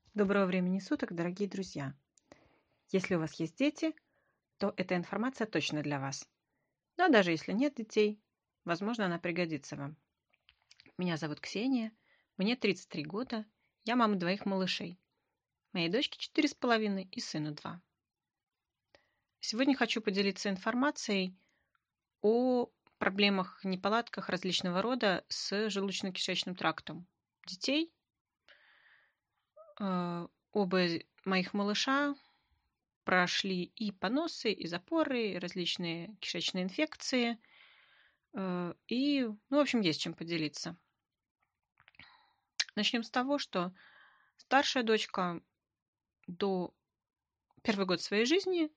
Доброго времени суток, дорогие друзья! Если у вас есть дети, то эта информация точно для вас. Но даже если нет детей, возможно, она пригодится вам. Меня зовут Ксения, мне 33 года, я мама двоих малышей. Моей дочке 4,5 и сыну 2. Сегодня хочу поделиться информацией о проблемах, неполадках различного рода с желудочно-кишечным трактом детей. Оба моих малыша прошли и поносы, и запоры, и различные кишечные инфекции. В общем, есть чем поделиться. Начнем с того, что старшая дочка до первый год своей жизни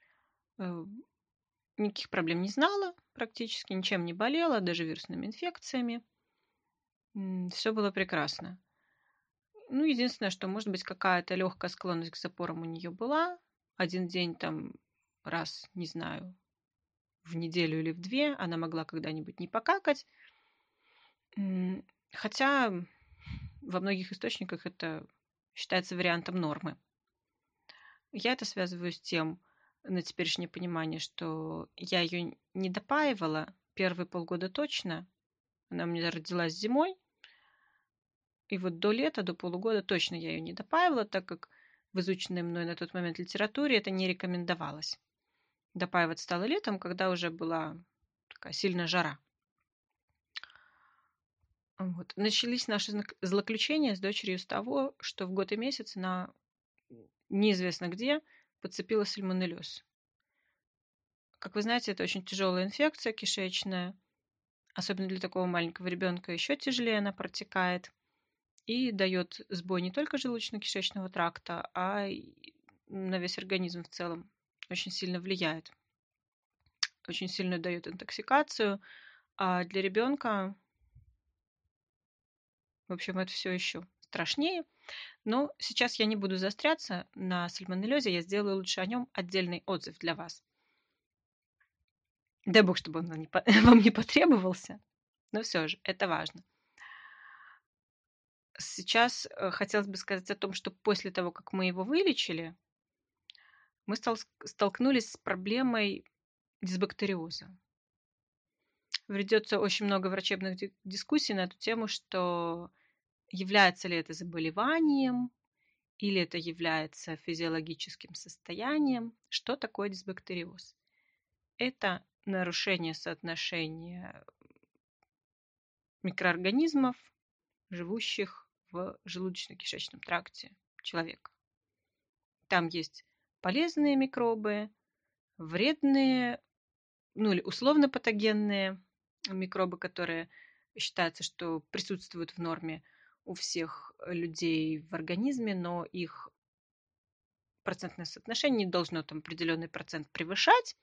никаких проблем не знала практически, ничем не болела, даже вирусными инфекциями. Все было прекрасно. Единственное, что, может быть, какая-то легкая склонность к запорам у нее была. Один день там раз, не знаю, в неделю или в две она могла когда-нибудь не покакать. Хотя во многих источниках это считается вариантом нормы. Я это связываю с тем, на теперешнее понимание, что я ее не допаивала первые полгода точно. Она у меня родилась зимой. И вот до лета, до полугода точно я ее не допаивала, так как в изученной мной на тот момент литературе это не рекомендовалось. Допаивать стало летом, когда уже была такая сильная жара. Вот. Начались наши злоключения с дочерью с того, что в год и месяц она неизвестно где подцепила сальмонеллез. Как вы знаете, это очень тяжелая инфекция кишечная. Особенно для такого маленького ребенка еще тяжелее она протекает и дает сбой не только желудочно-кишечного тракта, а и на весь организм в целом. Очень сильно влияет. Очень сильно дает интоксикацию. А для ребенка, в общем, это все еще страшнее. Но сейчас я не буду заостряться на сальмонеллезе, я сделаю лучше о нем отдельный отзыв для вас. Дай бог, чтобы он вам не потребовался, но все же это важно. Сейчас хотелось бы сказать о том, что после того, как мы его вылечили, мы столкнулись с проблемой дисбактериоза. Ведется очень много врачебных дискуссий на эту тему, что является ли это заболеванием или это является физиологическим состоянием. Что такое дисбактериоз? Это нарушение соотношения микроорганизмов, живущих в желудочно-кишечном тракте человека. Там есть полезные микробы, вредные, или условно патогенные микробы, которые считается, что присутствуют в норме у всех людей в организме, но их процентное соотношение не должно там определенный процент превышать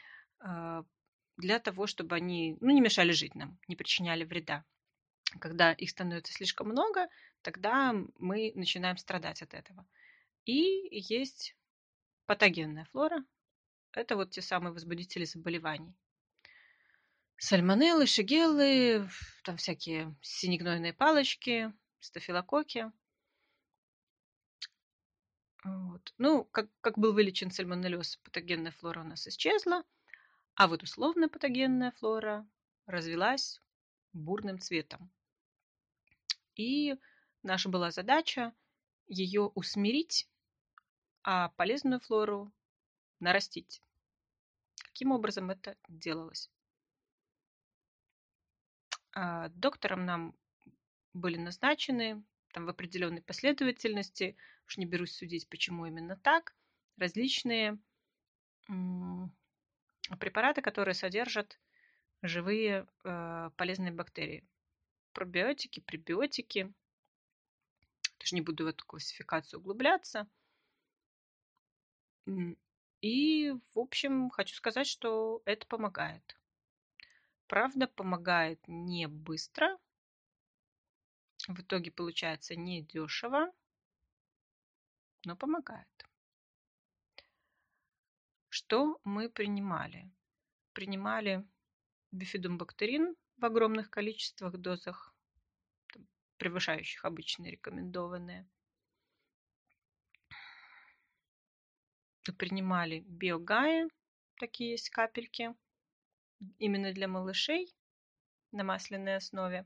для того, чтобы они не мешали жить нам, не причиняли вреда. Когда их становится слишком много, тогда мы начинаем страдать от этого. И есть патогенная флора. Это вот те самые возбудители заболеваний. Сальмонеллы, шигеллы, там всякие синегнойные палочки, стафилококки. Вот. Как был вылечен сальмонеллез, патогенная флора у нас исчезла, а вот условно патогенная флора развилась бурным цветом. И наша была задача ее усмирить, а полезную флору нарастить. Каким образом это делалось? Доктором нам были назначены там в определенной последовательности, уж не берусь судить, почему именно так, различные препараты, которые содержат живые полезные бактерии. Пробиотики, пребиотики. Тоже не буду в эту классификацию углубляться. И, в общем, хочу сказать, что это помогает. Правда, помогает не быстро. В итоге получается не дешево, но помогает. Что мы принимали? Принимали бифидобактерин в огромных количествах, дозах, превышающих обычные рекомендованные. принимали биогая, такие есть капельки, именно для малышей на масляной основе.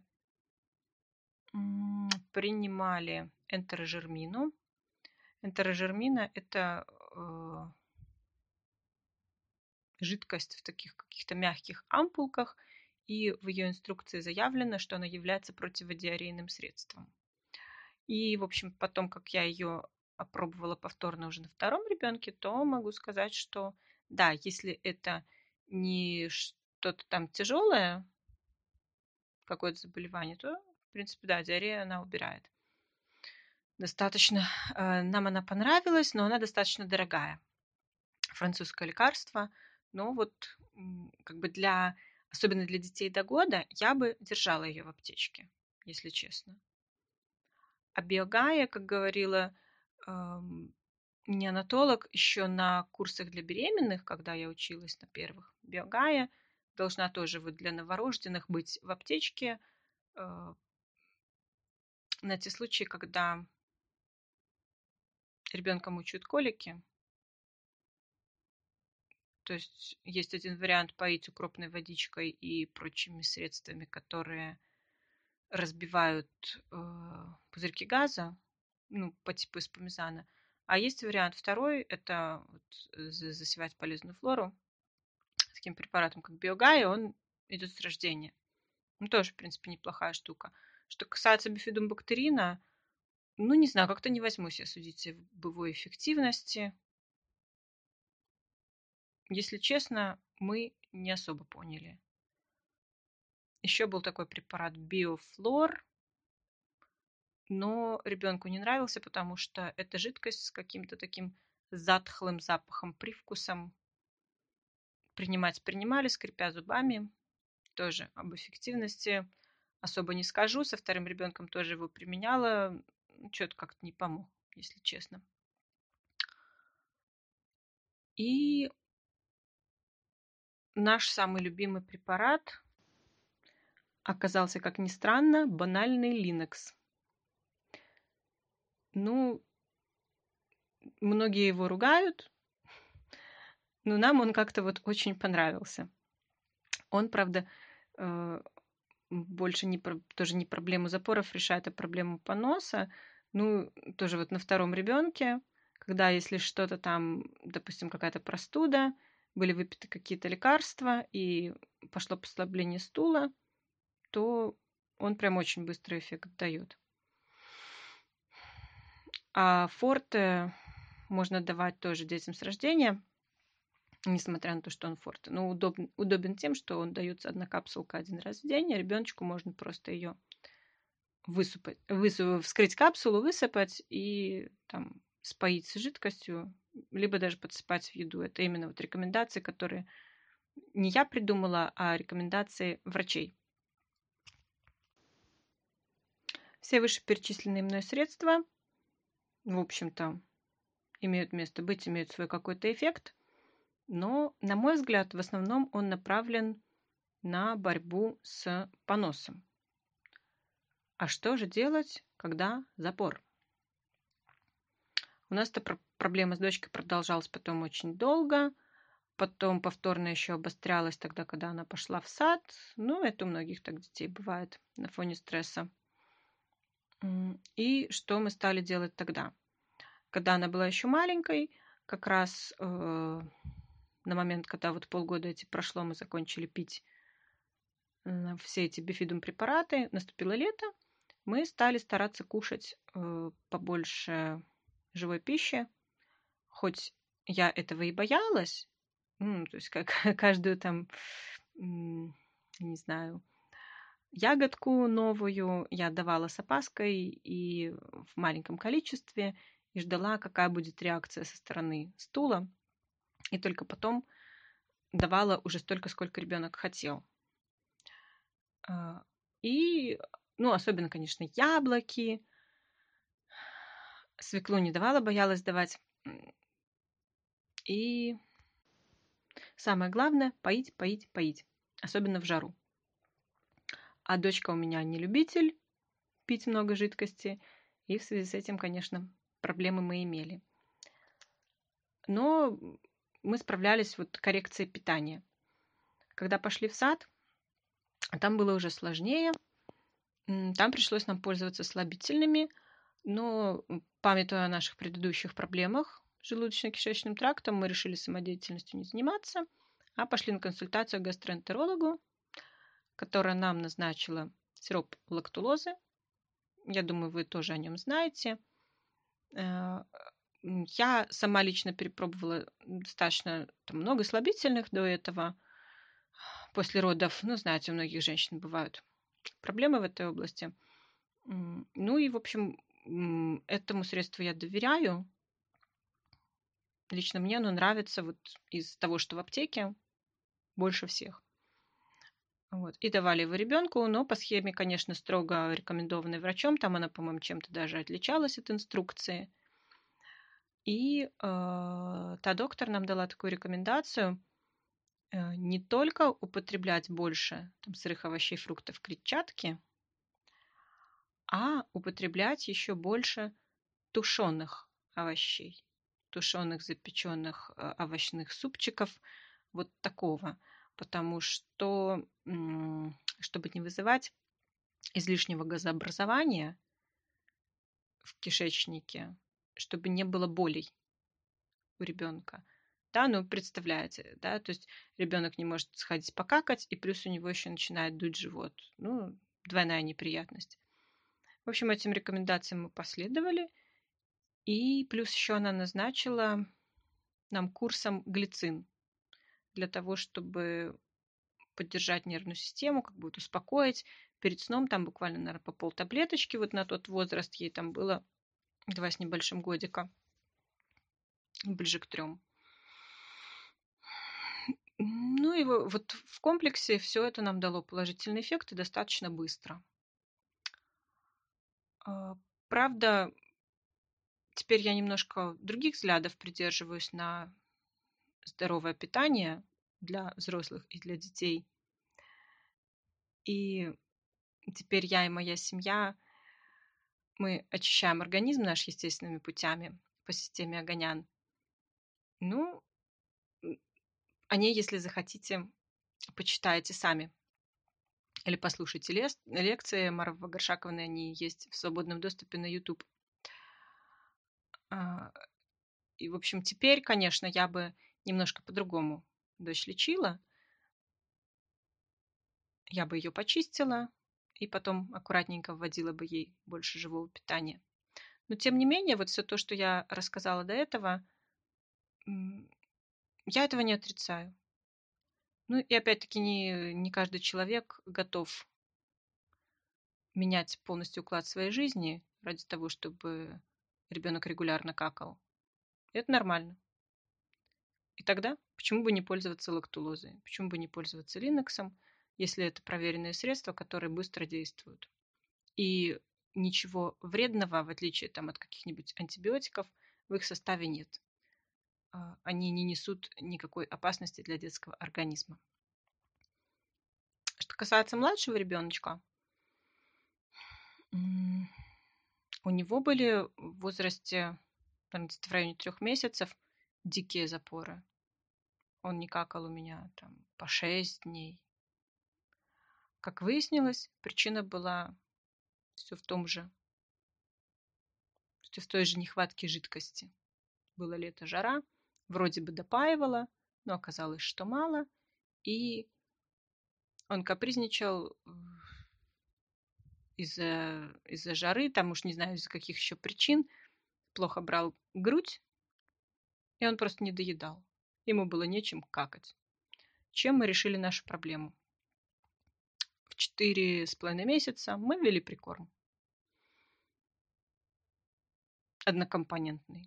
Принимали энтерожермину. Энтерожермина – это жидкость в таких каких-то мягких ампулках, и в ее инструкции заявлено, что она является противодиарейным средством. И, в общем, потом, как я ее опробовала повторно уже на втором ребенке, то могу сказать, что да, если это не что-то там тяжелое, какое-то заболевание, то, в принципе, да, диарея она убирает. Достаточно, нам она понравилась, но она достаточно дорогая. Французское лекарство, но вот как бы особенно для детей до года, я бы держала ее в аптечке, если честно. А биогая, как говорила неонатолог, еще на курсах для беременных, когда я училась на первых, биогая должна тоже вот для новорожденных быть в аптечке на те случаи, когда ребенка мучают колики. То есть есть один вариант поить укропной водичкой и прочими средствами, которые разбивают пузырьки газа, ну, по типу эспумизана. А есть вариант второй – это вот засевать полезную флору таким препаратом, как биогай, он идет с рождения. Ну, тоже, в принципе, неплохая штука. Что касается бифидобактерина, ну, не знаю, как-то не возьмусь я судить об его эффективности. Если честно, мы не особо поняли. Еще был такой препарат Биофлор, но ребенку не нравился, потому что это жидкость с каким-то таким затхлым запахом, привкусом. Принимали, скрипя зубами. Тоже об эффективности особо не скажу. Со вторым ребенком тоже его применяла. Что-то как-то не помог, если честно. И наш самый любимый препарат оказался, как ни странно, банальный Линекс. Ну, многие его ругают, но нам он как-то вот очень понравился. Он, правда, больше тоже не проблему запоров решает, а проблему поноса. Ну, тоже вот на втором ребенке, когда если что-то там, допустим, какая-то простуда, были выпиты какие-то лекарства и пошло послабление стула, то он прям очень быстрый эффект дает. А форте можно давать тоже детям с рождения, несмотря на то, что он форте. Но удобен тем, что он дается одна капсулка один раз в день, а ребеночку можно просто ее высыпать, вскрыть капсулу, высыпать и там споить с жидкостью, либо даже подсыпать в еду. Это именно вот рекомендации, которые не я придумала, а рекомендации врачей. Все вышеперечисленные мной средства, в общем-то, имеют место быть, имеют свой какой-то эффект, но, на мой взгляд, в основном он направлен на борьбу с поносом. А что же делать, когда запор? У нас эта проблема с дочкой продолжалась потом очень долго. Потом повторно еще обострялась тогда, когда она пошла в сад. Ну, это у многих так детей бывает на фоне стресса. И что мы стали делать тогда? Когда она была еще маленькой, как раз на момент, когда вот полгода эти прошло, мы закончили пить все эти бифидум препараты, наступило лето, мы стали стараться кушать побольше живой пищи. Хоть я этого и боялась, то есть как каждую там, не знаю, ягодку новую я давала с опаской и в маленьком количестве, и ждала, какая будет реакция со стороны стула. И только потом давала уже столько, сколько ребенок хотел. И, ну, особенно, конечно, яблоки. Свеклу не давала, боялась давать. И самое главное – поить, поить, поить. Особенно в жару. А дочка у меня не любитель пить много жидкости. И в связи с этим, конечно, проблемы мы имели. но мы справлялись вот коррекцией питания. Когда пошли в сад, там было уже сложнее. Там пришлось нам пользоваться слабительными, но памятуя о наших предыдущих проблемах с желудочно-кишечным трактом, мы решили самодеятельностью не заниматься, а пошли на консультацию к гастроэнтерологу, которая нам назначила сироп лактулозы. Я думаю, вы тоже о нем знаете. Я сама лично перепробовала достаточно много слабительных до этого. После родов, ну, знаете, у многих женщин бывают проблемы в этой области. Ну и, в общем, этому средству я доверяю. Лично мне оно нравится вот из того, что в аптеке, больше всех. Вот. И давали его ребенку, но по схеме, конечно, строго рекомендованной врачом. Там она, по-моему, чем-то даже отличалась от инструкции. И та доктор нам дала такую рекомендацию не только употреблять больше там, сырых овощей, фруктов, клетчатки, а употреблять еще больше тушеных овощей, тушеных, запеченных овощных супчиков, вот такого. Потому что, чтобы не вызывать излишнего газообразования в кишечнике, чтобы не было болей у ребенка. Да, ну представляете, да, то есть ребенок не может сходить покакать, и плюс у него еще начинает дуть живот. Ну, двойная неприятность. В общем, этим рекомендациям мы последовали. И плюс еще она назначила нам курсом глицин для того, чтобы поддержать нервную систему, как бы вот успокоить. Перед сном там буквально, наверное, по полтаблеточки. Вот на тот возраст ей там было 2 с небольшим годика, ближе к 3. Ну и вот в комплексе все это нам дало положительный эффект и достаточно быстро. Правда, теперь я немножко других взглядов придерживаюсь на здоровое питание для взрослых и для детей. И теперь я и моя семья, мы очищаем организм наш естественными путями по системе Огонян. Ну, о ней, если захотите, почитайте сами. Или послушайте лекции Марвы Вагаршаковны, они есть в свободном доступе на YouTube. И, в общем, теперь, конечно, я бы немножко по-другому дочь лечила. Я бы ее почистила и потом аккуратненько вводила бы ей больше живого питания. Но, тем не менее, вот все то, что я рассказала до этого, я этого не отрицаю. Ну и опять-таки не каждый человек готов менять полностью уклад своей жизни ради того, чтобы ребенок регулярно какал. Это нормально. И тогда почему бы не пользоваться лактулозой? Почему бы не пользоваться линоксом, если это проверенные средства, которые быстро действуют? И ничего вредного, в отличие там, от каких-нибудь антибиотиков, в их составе нет. Они не несут никакой опасности для детского организма. Что касается младшего ребеночка, у него были в возрасте, в районе 3 месяцев, дикие запоры. Он не какал у меня там по 6 дней. Как выяснилось, причина была все в том же, все в той же нехватке жидкости. Было лето, жара, вроде бы допаивала, но оказалось, что мало. И он капризничал из-за жары, там уж не знаю, из-за каких еще причин, плохо брал грудь, и он просто не доедал. Ему было нечем какать. Чем мы решили нашу проблему? В 4,5 месяца мы ввели прикорм. Однокомпонентный.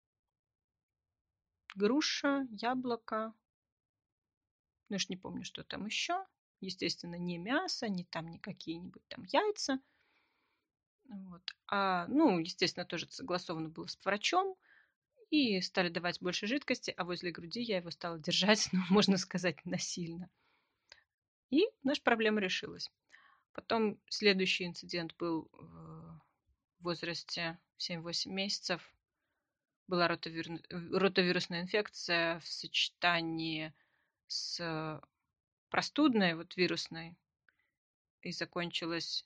Груша, яблоко. Ну, я ж не помню, что там еще. Естественно, не мясо, не там не какие-нибудь там яйца. Вот. Ну, естественно, тоже согласовано было с врачом. И стали давать больше жидкости, а возле груди я его стала держать, ну, можно сказать, насильно. И наша проблема решилась. Потом следующий инцидент был в возрасте 7-8 месяцев. была ротовирусная инфекция в сочетании с простудной, вот вирусной, и закончилась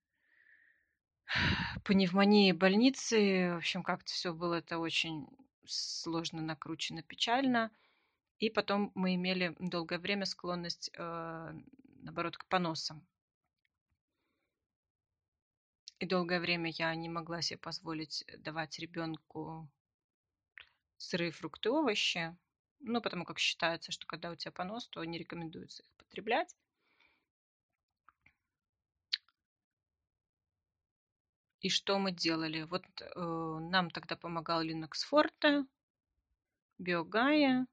пневмонией больницы. В общем, как-то все было это очень сложно, накручено, печально. И потом мы имели долгое время склонность, наоборот, к поносам. И долгое время я не могла себе позволить давать ребенку сырые фрукты, овощи. Ну, потому как считается, что когда у тебя понос, то не рекомендуется их потреблять. И что мы делали? Вот нам тогда помогал Linux Forte, Биогая,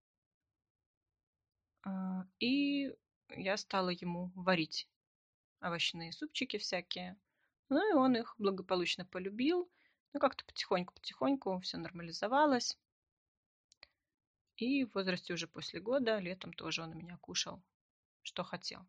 и я стала ему варить овощные супчики всякие. Ну и он их благополучно полюбил. Ну, как-то потихоньку все нормализовалось. И в возрасте уже после года, летом тоже он у меня кушал, что хотел.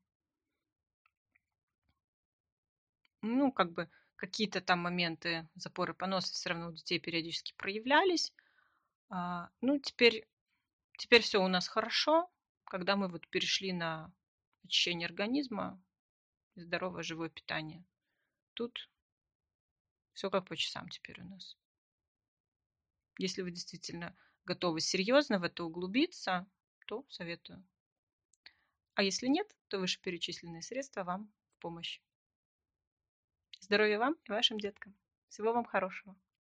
Ну, как бы какие-то там моменты запоры поноса все равно у детей периодически проявлялись. Ну, теперь все у нас хорошо, когда мы вот перешли на очищение организма и здоровое живое питание. Тут все как по часам теперь у нас. Если вы действительно готовы серьезно в это углубиться, то советую. А если нет, то вышеперечисленные средства вам в помощь. Здоровья вам и вашим деткам. Всего вам хорошего.